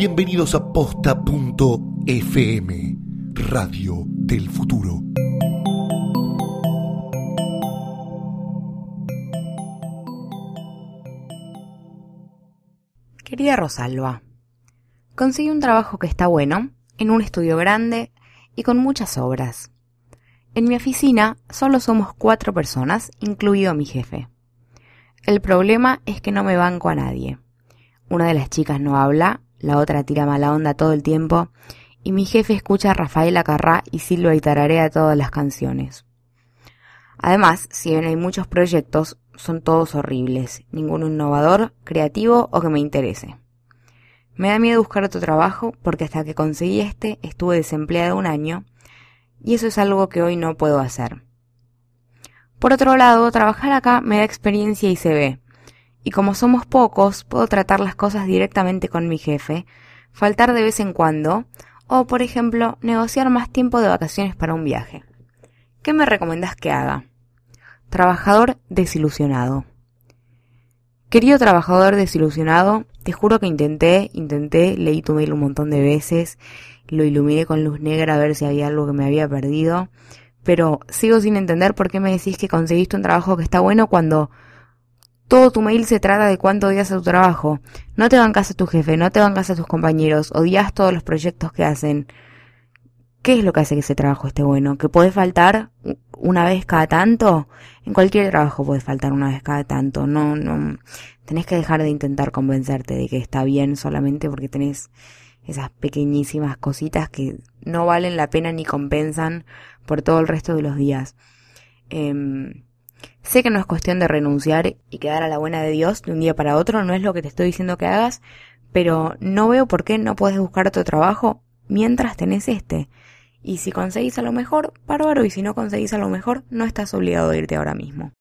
Bienvenidos a Posta.fm, Radio del Futuro. Querida Rosalba, conseguí un trabajo que está bueno, en un estudio grande y con muchas obras. En mi oficina solo somos 4 personas, incluido mi jefe. El problema es que no me banco a nadie. Una de las chicas no habla, la otra tira mala onda todo el tiempo, y mi jefe escucha a Rafael Acarrá y silba y tararea todas las canciones. Además, si bien hay muchos proyectos, son todos horribles, ninguno innovador, creativo o que me interese. Me da miedo buscar otro trabajo porque hasta que conseguí estuve desempleada 1 año y eso es algo que hoy no puedo hacer. Por otro lado, trabajar acá me da experiencia y CV, y como somos pocos, puedo tratar las cosas directamente con mi jefe, faltar de vez en cuando, o por ejemplo, negociar más tiempo de vacaciones para un viaje. ¿Qué me recomendás que haga? Trabajador desilusionado. Querido trabajador desilusionado, te juro que intenté, leí tu mail un montón de veces, lo iluminé con luz negra a ver si había algo que me había perdido, pero sigo sin entender por qué me decís que conseguiste un trabajo que está bueno cuando todo tu mail se trata de cuánto odias a tu trabajo. No te bancas a tu jefe, no te bancas a tus compañeros, odias todos los proyectos que hacen. ¿Qué es lo que hace que ese trabajo esté bueno? ¿Que podés faltar una vez cada tanto? En cualquier trabajo podés faltar una vez cada tanto. No, tenés que dejar de intentar convencerte de que está bien solamente porque tenés esas pequeñísimas cositas que no valen la pena ni compensan por todo el resto de los días. Sé que no es cuestión de renunciar y quedar a la buena de Dios de un día para otro, no es lo que te estoy diciendo que hagas, pero no veo por qué no podés buscar otro trabajo mientras tenés este. Y si conseguís a lo mejor, bárbaro, y si no conseguís a lo mejor, no estás obligado a irte ahora mismo.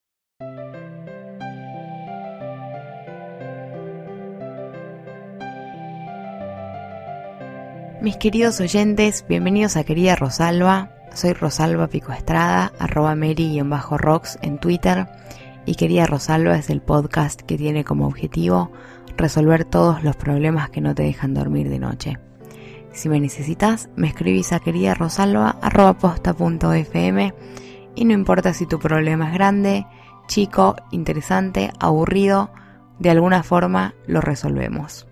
Mis queridos oyentes, bienvenidos a Querida Rosalba. Soy Rosalba Pico Estrada, @Mary_Rocks en Twitter, y Querida Rosalba es el podcast que tiene como objetivo resolver todos los problemas que no te dejan dormir de noche. Si me necesitas, me escribís a queridarosalba@posta.fm y no importa si tu problema es grande, chico, interesante, aburrido, de alguna forma lo resolvemos.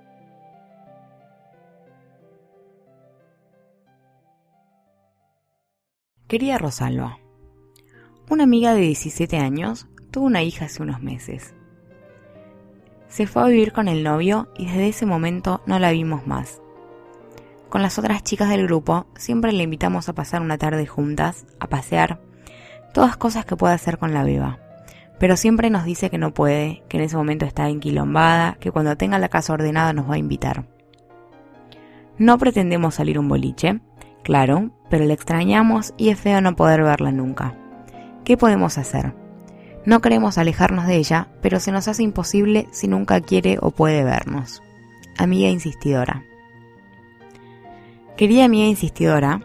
Querida Rosalba, una amiga de 17 años tuvo una hija hace unos meses. Se fue a vivir con el novio y desde ese momento no la vimos más. Con las otras chicas del grupo siempre le invitamos a pasar una tarde juntas, a pasear, todas cosas que pueda hacer con la beba. Pero siempre nos dice que no puede, que en ese momento está enquilombada, que cuando tenga la casa ordenada nos va a invitar. No pretendemos salir un boliche, claro, pero la extrañamos y es feo no poder verla nunca. ¿Qué podemos hacer? No queremos alejarnos de ella, pero se nos hace imposible si nunca quiere o puede vernos. Amiga insistidora. Querida amiga insistidora,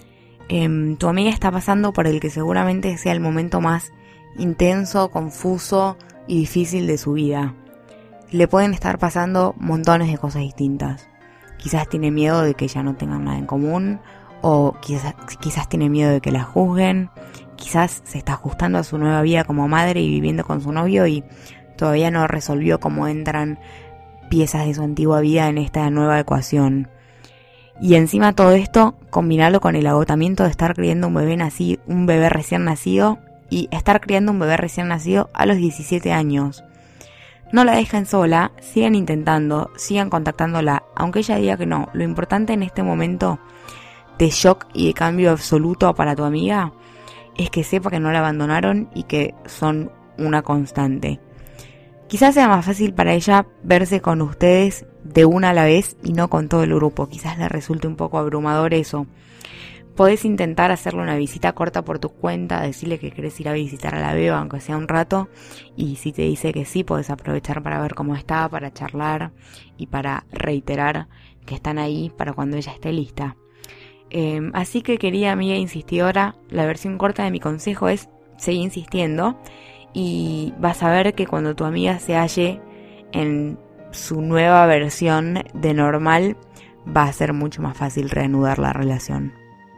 tu amiga está pasando por el que seguramente sea el momento más intenso, confuso y difícil de su vida. Le pueden estar pasando montones de cosas distintas. Quizás tiene miedo de que ya no tengan nada en común, o quizás tiene miedo de que la juzguen, quizás se está ajustando a su nueva vida como madre y viviendo con su novio y todavía no resolvió cómo entran piezas de su antigua vida en esta nueva ecuación. Y encima todo esto, combinarlo con el agotamiento de estar criando un bebé recién nacido, y estar criando un bebé recién nacido a los 17 años. No la dejen sola, sigan intentando, sigan contactándola, aunque ella diga que no. Lo importante en este momento de shock y de cambio absoluto para tu amiga es que sepa que no la abandonaron y que son una constante. Quizás sea más fácil para ella verse con ustedes de una a la vez y no con todo el grupo. Quizás le resulte un poco abrumador eso. Podés intentar hacerle una visita corta por tu cuenta, decirle que querés ir a visitar a la beba, aunque sea un rato, y si te dice que sí, podés aprovechar para ver cómo está, para charlar y para reiterar que están ahí para cuando ella esté lista. Así que, querida amiga insistidora, la versión corta de mi consejo es seguir insistiendo y vas a ver que cuando tu amiga se halle en su nueva versión de normal, va a ser mucho más fácil reanudar la relación.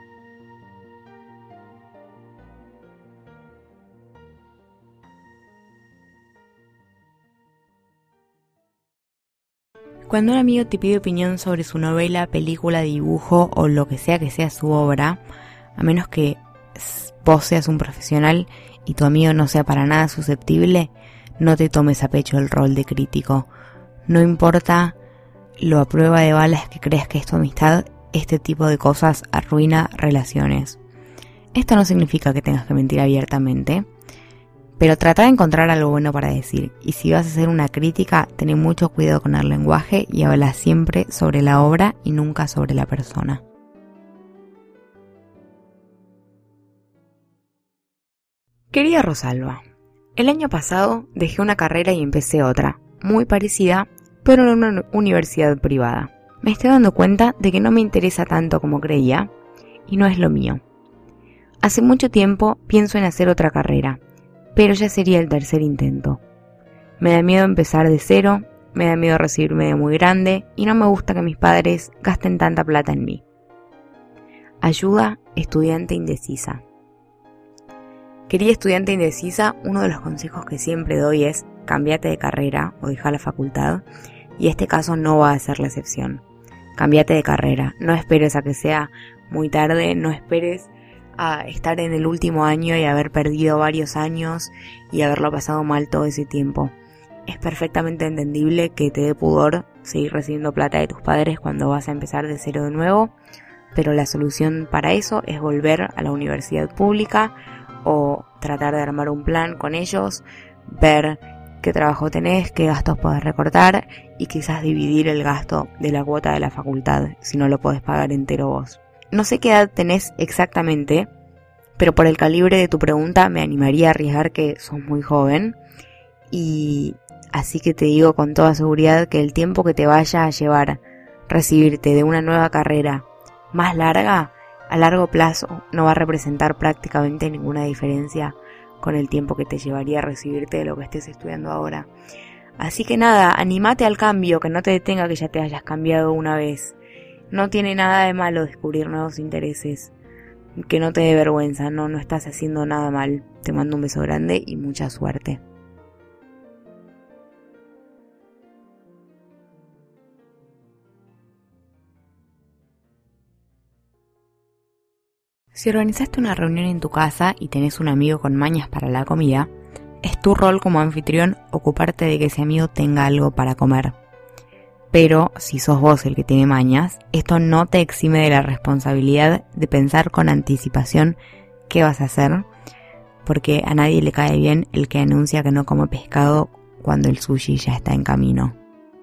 Cuando un amigo te pide opinión sobre su novela, película, dibujo o lo que sea su obra, a menos que vos seas un profesional y tu amigo no sea para nada susceptible, no te tomes a pecho el rol de crítico. No importa lo a prueba de balas que creas que es tu amistad, este tipo de cosas arruina relaciones. Esto no significa que tengas que mentir abiertamente, pero trata de encontrar algo bueno para decir, y si vas a hacer una crítica, ten mucho cuidado con el lenguaje y habla siempre sobre la obra y nunca sobre la persona. Querida Rosalba, el año pasado dejé una carrera y empecé otra, muy parecida, pero en una universidad privada. Me estoy dando cuenta de que no me interesa tanto como creía, y no es lo mío. Hace mucho tiempo pienso en hacer otra carrera, pero ya sería el tercer intento. Me da miedo empezar de cero, me da miedo recibirme de muy grande y no me gusta que mis padres gasten tanta plata en mí. Ayuda, estudiante indecisa. Querida estudiante indecisa, uno de los consejos que siempre doy es cámbiate de carrera o deja la facultad, y este caso no va a ser la excepción. Cámbiate de carrera, no esperes a que sea muy tarde, no esperes a estar en el último año y haber perdido varios años y haberlo pasado mal todo ese tiempo. Es perfectamente entendible que te dé pudor seguir recibiendo plata de tus padres cuando vas a empezar de cero de nuevo, pero la solución para eso es volver a la universidad pública o tratar de armar un plan con ellos, ver qué trabajo tenés, qué gastos podés recortar y quizás dividir el gasto de la cuota de la facultad si no lo podés pagar entero vos. No sé qué edad tenés exactamente, pero por el calibre de tu pregunta me animaría a arriesgar que sos muy joven, y así que te digo con toda seguridad que el tiempo que te vaya a llevar recibirte de una nueva carrera más larga, a largo plazo no va a representar prácticamente ninguna diferencia con el tiempo que te llevaría a recibirte de lo que estés estudiando ahora. Así que nada, animate al cambio, que no te detenga que ya te hayas cambiado una vez. No tiene nada de malo descubrir nuevos intereses. Que no te dé vergüenza, no estás haciendo nada mal. Te mando un beso grande y mucha suerte. Si organizaste una reunión en tu casa y tenés un amigo con mañas para la comida, es tu rol como anfitrión ocuparte de que ese amigo tenga algo para comer. Pero si sos vos el que tiene mañas, esto no te exime de la responsabilidad de pensar con anticipación qué vas a hacer, porque a nadie le cae bien el que anuncia que no come pescado cuando el sushi ya está en camino.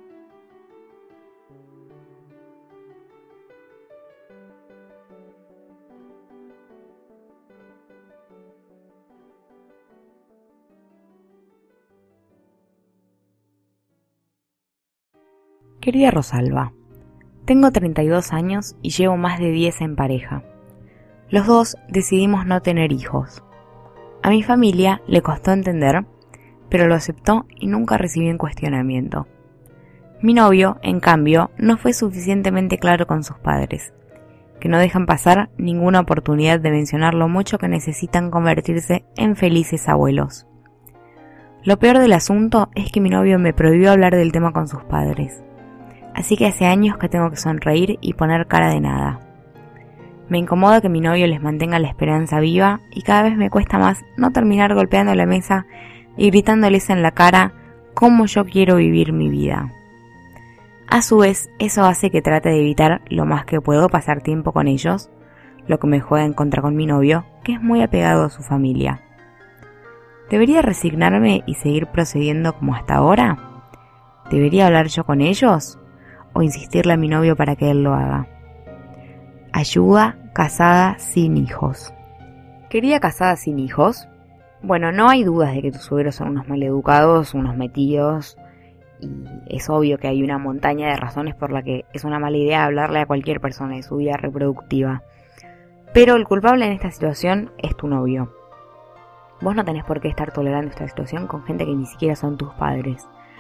Querida Rosalba, tengo 32 años y llevo más de 10 en pareja. Los dos decidimos no tener hijos. A mi familia le costó entender, pero lo aceptó y nunca recibió un cuestionamiento. Mi novio, en cambio, no fue suficientemente claro con sus padres, que no dejan pasar ninguna oportunidad de mencionar lo mucho que necesitan convertirse en felices abuelos. Lo peor del asunto es que mi novio me prohibió hablar del tema con sus padres. Así que hace años que tengo que sonreír y poner cara de nada. Me incomoda que mi novio les mantenga la esperanza viva y cada vez me cuesta más no terminar golpeando la mesa y gritándoles en la cara cómo yo quiero vivir mi vida. A su vez, eso hace que trate de evitar lo más que puedo pasar tiempo con ellos, lo que me juega en contra con mi novio, que es muy apegado a su familia. ¿Debería resignarme y seguir procediendo como hasta ahora? ¿Debería hablar yo con ellos? ¿O insistirle a mi novio para que él lo haga? Ayuda, casada sin hijos. Querida casada sin hijos, bueno, no hay dudas de que tus suegros son unos maleducados, unos metidos, y es obvio que hay una montaña de razones por la que es una mala idea hablarle a cualquier persona de su vida reproductiva. Pero el culpable en esta situación es tu novio. Vos no tenés por qué estar tolerando esta situación con gente que ni siquiera son tus padres.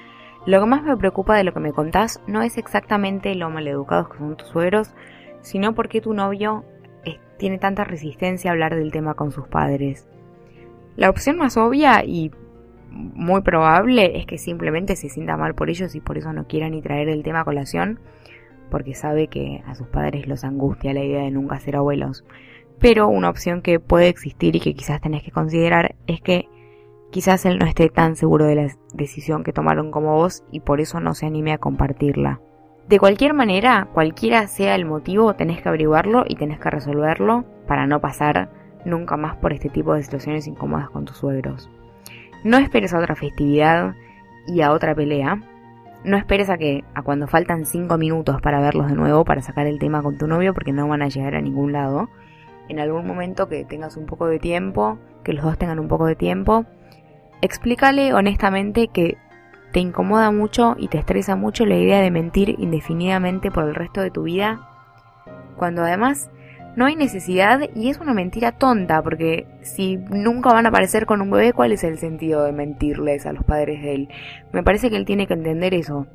Lo que más me preocupa de lo que me contás no es exactamente lo maleducados que son tus suegros, sino por qué tu novio tiene tanta resistencia a hablar del tema con sus padres. La opción más obvia y muy probable es que simplemente se sienta mal por ellos y por eso no quiera ni traer el tema a colación, porque sabe que a sus padres los angustia la idea de nunca ser abuelos. Pero una opción que puede existir y que quizás tenés que considerar es que quizás él no esté tan seguro de la decisión que tomaron como vos y por eso no se anime a compartirla. De cualquier manera, cualquiera sea el motivo, tenés que averiguarlo y tenés que resolverlo para no pasar nunca más por este tipo de situaciones incómodas con tus suegros. No esperes a otra festividad y a otra pelea. No esperes a cuando faltan 5 minutos para verlos de nuevo, para sacar el tema con tu novio, porque no van a llegar a ningún lado. En algún momento que tengas un poco de tiempo, que los dos tengan un poco de tiempo, explícale honestamente que te incomoda mucho y te estresa mucho la idea de mentir indefinidamente por el resto de tu vida, cuando además no hay necesidad y es una mentira tonta, porque si nunca van a aparecer con un bebé, ¿cuál es el sentido de mentirles a los padres de él? Me parece que él tiene que entender eso,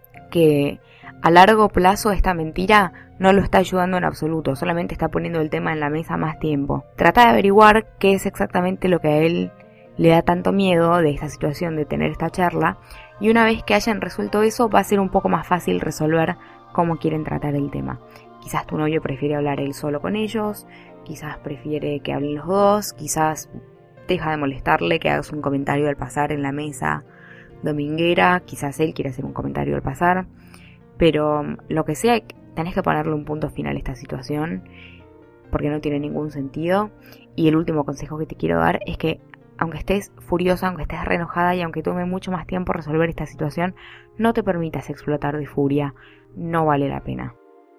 que a largo plazo esta mentira no lo está ayudando en absoluto, solamente está poniendo el tema en la mesa más tiempo. Trata de averiguar qué es exactamente lo que a él le da tanto miedo de esta situación, de tener esta charla, y una vez que hayan resuelto eso va a ser un poco más fácil resolver cómo quieren tratar el tema. Quizás tu novio prefiere hablar él solo con ellos, quizás prefiere que hablen los dos, quizás deja de molestarle que hagas un comentario al pasar en la mesa dominguera, quizás él quiere hacer un comentario al pasar, pero lo que sea, tenés que ponerle un punto final a esta situación porque no tiene ningún sentido. Y el último consejo que te quiero dar es que aunque estés furiosa, aunque estés re enojada y aunque tome mucho más tiempo resolver esta situación, no te permitas explotar de furia, no vale la pena.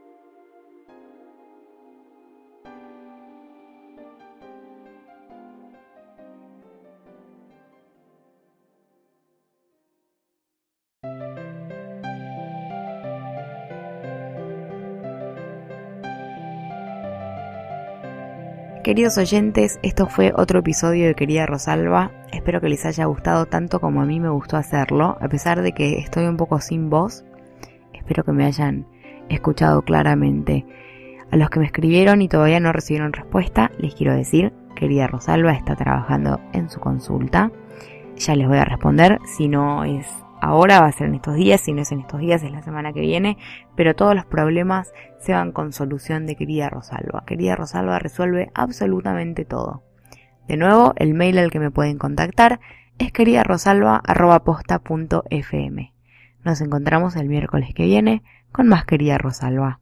Queridos oyentes, esto fue otro episodio de Querida Rosalba. Espero que les haya gustado tanto como a mí me gustó hacerlo. A pesar de que estoy un poco sin voz, espero que me hayan escuchado claramente. A los que me escribieron y todavía no recibieron respuesta, les quiero decir, Querida Rosalba está trabajando en su consulta. Ya les voy a responder, si no es ahora va a ser en estos días, si no es en estos días es la semana que viene, pero todos los problemas se van con solución de Querida Rosalba. Querida Rosalba resuelve absolutamente todo. De nuevo, el mail al que me pueden contactar es queridarosalba@posta.fm. Nos encontramos el miércoles que viene con más Querida Rosalba.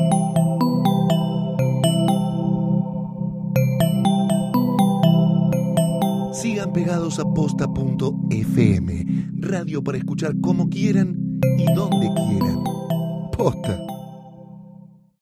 Sigan pegados a posta.fm, radio para escuchar como quieran y donde quieran. Posta.